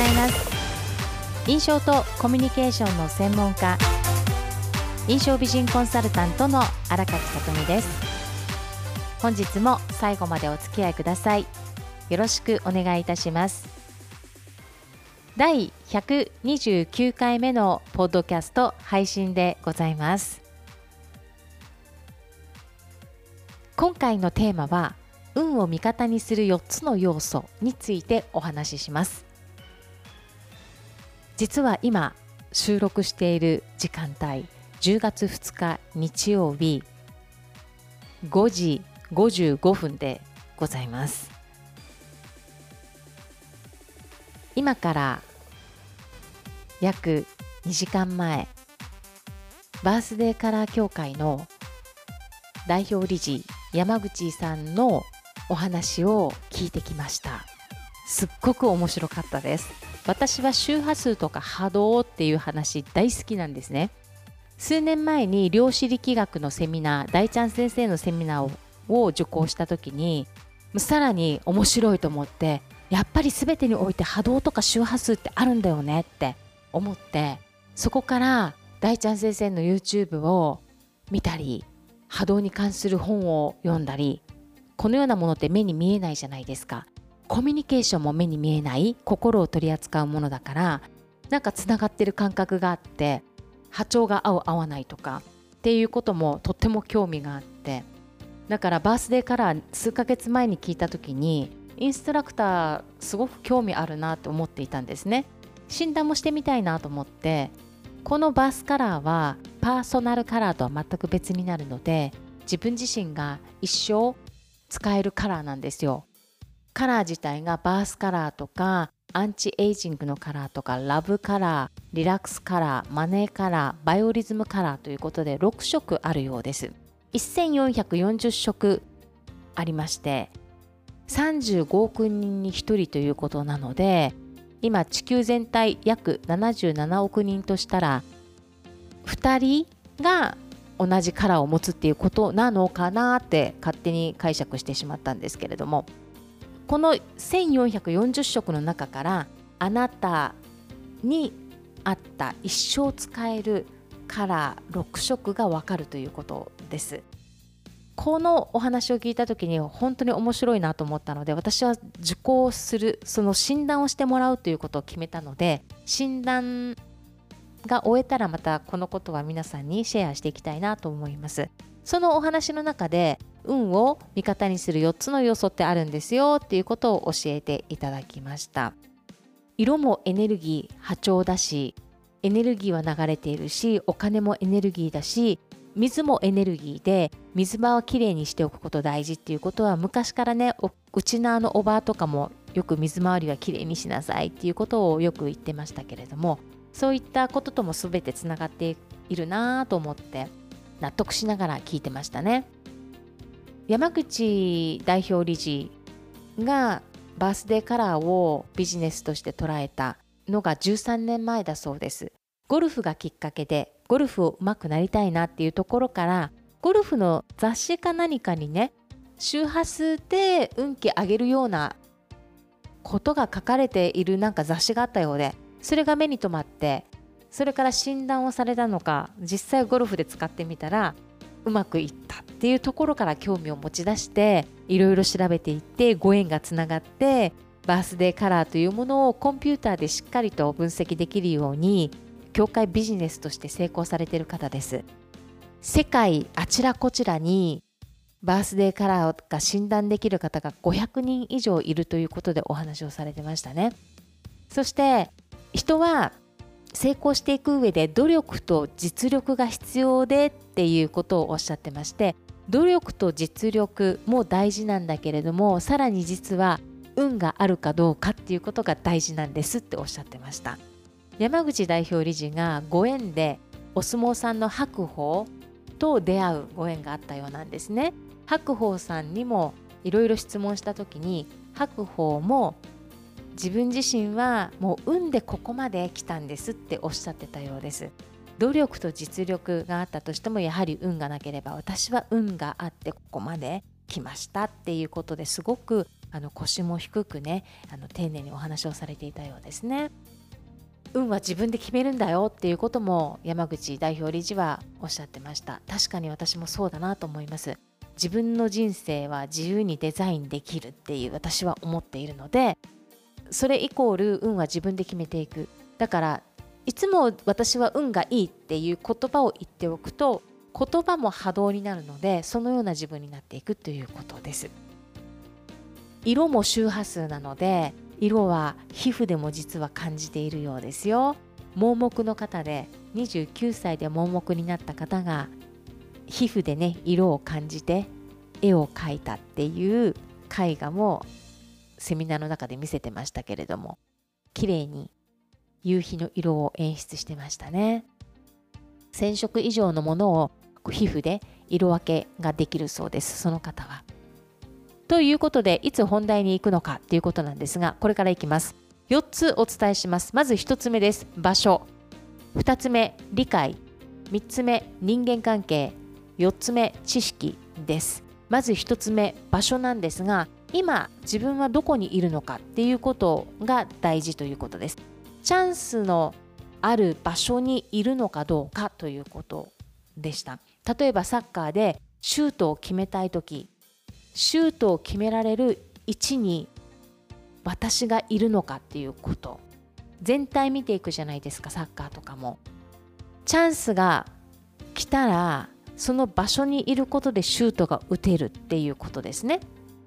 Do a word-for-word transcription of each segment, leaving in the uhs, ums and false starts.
ざいます。印象とコミュニケーションの専門家、印象美人コンサルタントの荒垣さとみです。本日も最後までお付き合いください。よろしくお願いいたします。だいひゃくにじゅうきゅうかいめのポッドキャスト配信でございます。今回のテーマは、運を味方にするよっつの要素についてお話しします。実は今収録している時間帯、じゅうがつふつか日曜日ごじごじゅうごふんでございます。今から約にじかんまえ、バースデーカラー協会の代表理事山口さんのお話を聞いてきました。すっごく面白かったです。私は周波数とか波動っていう話大好きなんですね。数年前に量子力学のセミナー、大ちゃん先生のセミナーを受講した時にさらに面白いと思って、やっぱり全てにおいて波動とか周波数ってあるんだよねって思って、そこから大ちゃん先生の YouTube を見たり、波動に関する本を読んだり、このようなものって目に見えないじゃないですか。コミュニケーションも目に見えない心を取り扱うものだから、なんかつながってる感覚があって、波長が合う合わないとかっていうこともとっても興味があって、だからバースデーから数ヶ月前に聞いた時に、インストラクターすごく興味あるなと思っていたんですね。診断もしてみたいなと思って、このバースカラーはパーソナルカラーとは全く別になるので、自分自身が一生使えるカラーなんですよ。カラー自体がバースカラーとかアンチエイジングのカラーとかラブカラー、リラックスカラー、マネーカラー、バイオリズムカラーということでろくしょくあるようです。せんよんひゃくよんじゅっしょくありまして、さんじゅうごおくにんにひとりということなので、今地球全体約ななじゅうななおくにんとしたらふたりが同じカラーを持つっていうことなのかなって勝手に解釈してしまったんですけれども、このせんよんひゃくよんじゅっしょくの中からあなたに合った一生使えるカラーろくしょくがわかるということです。このお話を聞いた時に本当に面白いなと思ったので、私は受講する、その診断をしてもらうということを決めたので、診断が終えたらまたこのことは皆さんにシェアしていきたいなと思います。そのお話の中で、運を味方にするよっつの要素ってあるんですよっていうことを教えていただきました。色もエネルギー、波長だし、エネルギーは流れているし、お金もエネルギーだし、水もエネルギーで、水場をきれいにしておくこと大事っていうことは昔からね、うちのあのおばあとかもよく水回りはきれいにしなさいっていうことをよく言ってましたけれども、そういったこととも全てつながっているなと思って納得しながら聞いてましたね。山口代表理事がバースデーカラーをビジネスとして捉えたのがじゅうさんねんまえだそうです。ゴルフがきっかけで、ゴルフを上手くなりたいなっていうところから、ゴルフの雑誌か何かにね、周波数で運気上げるようなことが書かれているなんか雑誌があったようで、それが目に留まって、それから診断をされたのか、実際ゴルフで使ってみたらうまくいったっていうところから興味を持ち出して、いろいろ調べていってご縁がつながって、バースデーカラーというものをコンピューターでしっかりと分析できるように業界ビジネスとして成功されている方です。世界あちらこちらにバースデーカラーが診断できる方がごひゃくにん以上いるということでお話をされてましたね。そして人は成功していく上で努力と実力が必要でっていうことをおっしゃってまして、努力と実力も大事なんだけれども、さらに実は運があるかどうかっていうことが大事なんですっておっしゃってました。山口代表理事がご縁でお相撲さんの白鵬と出会うご縁があったようなんですね。白鵬さんにもいろいろ質問した時に、白鵬も自分自身はもう運でここまで来たんですっておっしゃってたようです。努力と実力があったとしてもやはり運がなければ、私は運があってここまで来ましたっていうことですごくあの腰も低くね、あの丁寧にお話をされていたようですね。運は自分で決めるんだよっていうことも山口代表理事はおっしゃってました。確かに私もそうだなと思います。自分の人生は自由にデザインできるっていう私は思っているので、それイコール運は自分で決めていく。だからいつも私は運がいいっていう言葉を言っておくと、言葉も波動になるので、そのような自分になっていくということです。色も周波数なので、色は皮膚でも実は感じているようですよ。盲目の方でにじゅうきゅうさいで盲目になった方が皮膚でね色を感じて絵を描いたっていう絵画もセミナーの中で見せてましたけれども、綺麗に夕日の色を演出してましたね。せん色以上のものを皮膚で色分けができるそうです、その方は。ということで、いつ本題に行くのかということなんですが、これからいきます。よっつお伝えします。まずひとつめです。場所。ふたつめ、理解。みっつめ、人間関係。よっつめ、知識です。まずひとつめ、場所なんですが、今自分はどこにいるのかっていうことが大事ということです。チャンスのある場所にいるのかどうかということでした。例えばサッカーでシュートを決めたいとき、シュートを決められる位置に私がいるのかっていうこと、全体見ていくじゃないですか。サッカーとかもチャンスが来たらその場所にいることでシュートが打てるっていうことですね。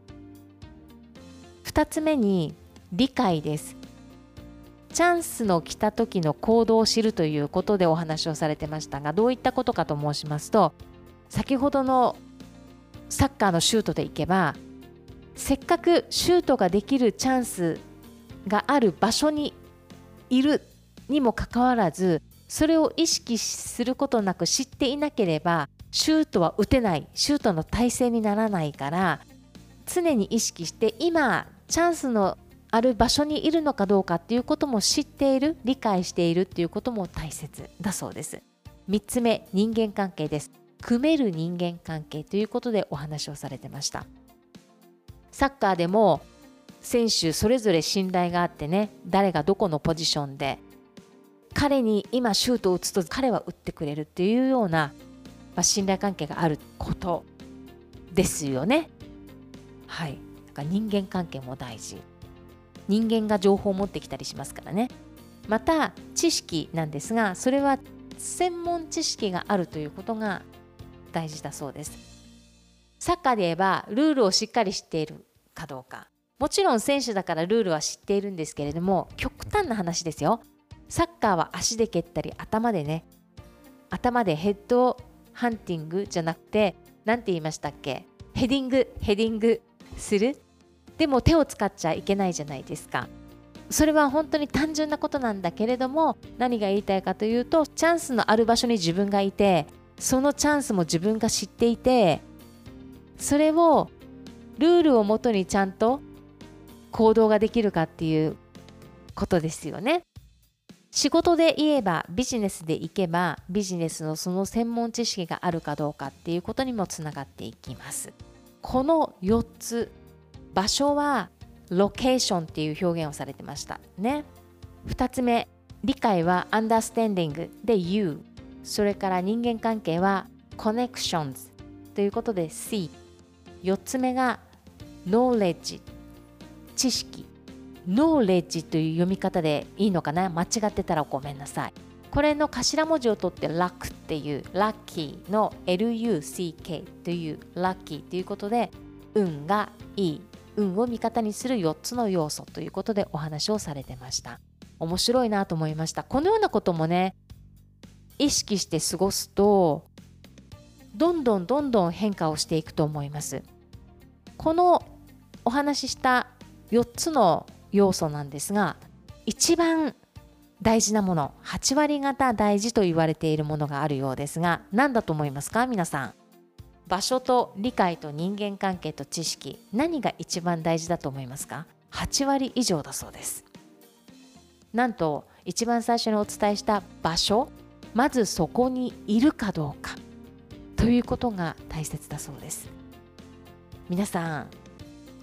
ふたつめに理解です。チャンスの来た時の行動を知るということでお話をされてましたが、どういったことかと申しますと、先ほどのサッカーのシュートでいけば、せっかくシュートができるチャンスがある場所にいるにもかかわらず、それを意識することなく知っていなければシュートは打てない、シュートの体勢にならないから、常に意識して今チャンスのある場所にいるのかどうかっていうことも知っている、理解しているっていうことも大切だそうです。みっつめ、人間関係です。組める人間関係ということでお話をされてました。サッカーでも選手それぞれ信頼があってね、誰がどこのポジションで彼に今シュートを打つと彼は打ってくれるっていうような、まあ、信頼関係があることですよね。はい、だから人間関係も大事。人間が情報を持ってきたりしますからね。また知識なんですが、それは専門知識があるということが大事だそうです。サッカーで言えばルールをしっかり知っているかどうか、もちろん選手だからルールは知っているんですけれども、極端な話ですよ。サッカーは足で蹴ったり頭でね、頭でヘッドハンティングじゃなくて、なんて言いましたっけ、ヘディングヘディングする。でも手を使っちゃいけないじゃないですか。それは本当に単純なことなんだけれども、何が言いたいかというと、チャンスのある場所に自分がいて、そのチャンスも自分が知っていて、それをルールをもとにちゃんと行動ができるかっていうことですよね。仕事で言えば、ビジネスでいけば、ビジネスのその専門知識があるかどうかっていうことにもつながっていきます。このよっつ、場所はロケーションっていう表現をされてましたね。ふたつめ、理解は understanding で you、 それから人間関係は connections ということで C、 よっつめが knowledge、 知識。knowledge という読み方でいいのかな、間違ってたらごめんなさい。これの頭文字を取って luck っていう、 lucky の エルユーシーケー という lucky ということで、運がいい、運を味方にするよっつの要素ということでお話をされてました。面白いなと思いました。このようなこともね、意識して過ごすとどんどんどんどん変化をしていくと思います。このお話ししたよっつの要素なんですが、一番大事なもの、はちわり方大事と言われているものがあるようですが、何だと思いますか皆さん。場所と理解と人間関係と知識、何が一番大事だと思いますか？はちわり以上だそうです。なんと一番最初にお伝えした場所、まずそこにいるかどうかということが大切だそうです。皆さん、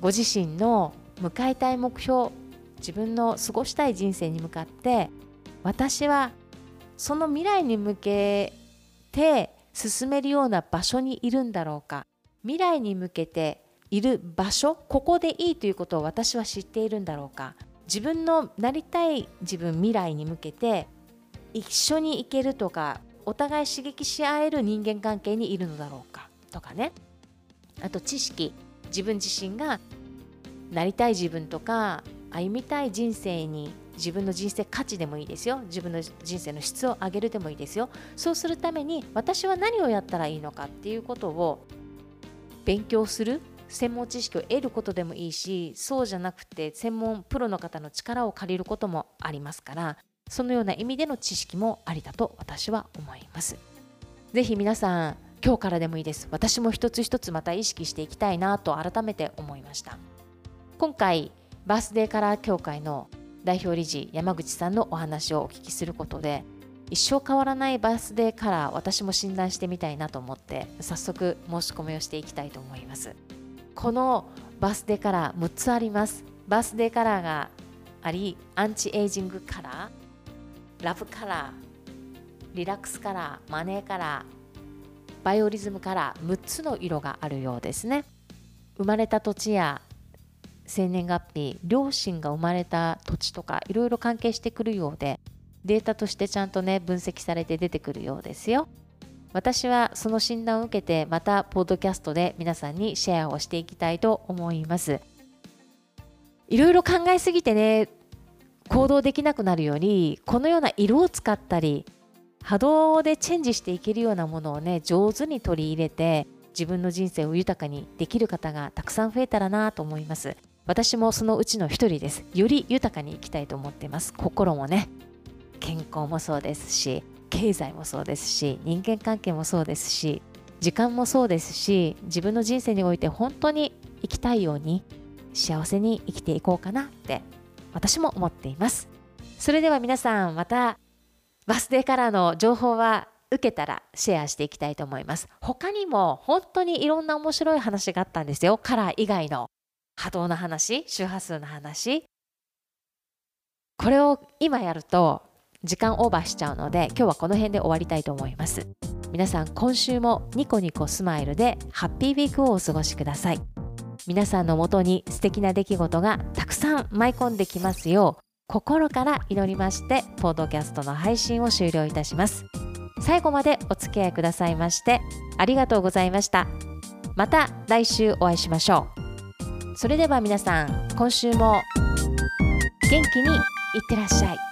ご自身の向かいたい目標、自分の過ごしたい人生に向かって、私はその未来に向けて進めるような場所にいるんだろうか。未来に向けている場所、ここでいいということを私は知っているんだろうか。自分のなりたい自分、未来に向けて一緒に行けるとか、お互い刺激し合える人間関係にいるのだろうかとかね。あと知識、自分自身がなりたい自分とか歩みたい人生に、自分の人生価値でもいいですよ、自分の人生の質を上げるでもいいですよ。そうするために私は何をやったらいいのかっていうことを勉強する、専門知識を得ることでもいいし、そうじゃなくて専門プロの方の力を借りることもありますから、そのような意味での知識もありだと私は思います。ぜひ皆さん、今日からでもいいです。私も一つ一つまた意識していきたいなと改めて思いました。今回バースデーカラー協会の代表理事山口さんのお話をお聞きすることで、一生変わらないバースデーカラー、私も診断してみたいなと思って、早速申し込みをしていきたいと思います。このバースデーカラーむっつあります。バースデーカラーがあり、アンチエイジングカラー、ラブカラー、リラックスカラー、マネーカラー、バイオリズムカラー、むっつの色があるようですね。生まれた土地や生年月日、両親が生まれた土地とかいろいろ関係してくるようで、データとしてちゃんとね分析されて出てくるようですよ。私はその診断を受けて、またポッドキャストで皆さんにシェアをしていきたいと思います。いろいろ考えすぎてね行動できなくなるより、このような色を使ったり波動でチェンジしていけるようなものをね上手に取り入れて、自分の人生を豊かにできる方がたくさん増えたらなと思います。私もそのうちの一人です。より豊かに生きたいと思っています。心もね、健康もそうですし、経済もそうですし、人間関係もそうですし、時間もそうですし、自分の人生において本当に生きたいように幸せに生きていこうかなって私も思っています。それでは皆さん、またバースデーカラーの情報は受けたらシェアしていきたいと思います。他にも本当にいろんな面白い話があったんですよ。カラー以外の波動の話、周波数の話。これを今やると時間オーバーしちゃうので、今日はこの辺で終わりたいと思います。皆さん、今週もニコニコスマイルでハッピーウィークをお過ごしください。皆さんのもとに素敵な出来事がたくさん舞い込んできますよう心から祈りまして、ポッドキャストの配信を終了いたします。最後までお付き合いくださいましてありがとうございました。また来週お会いしましょう。それでは皆さん、今週も元気にいってらっしゃい。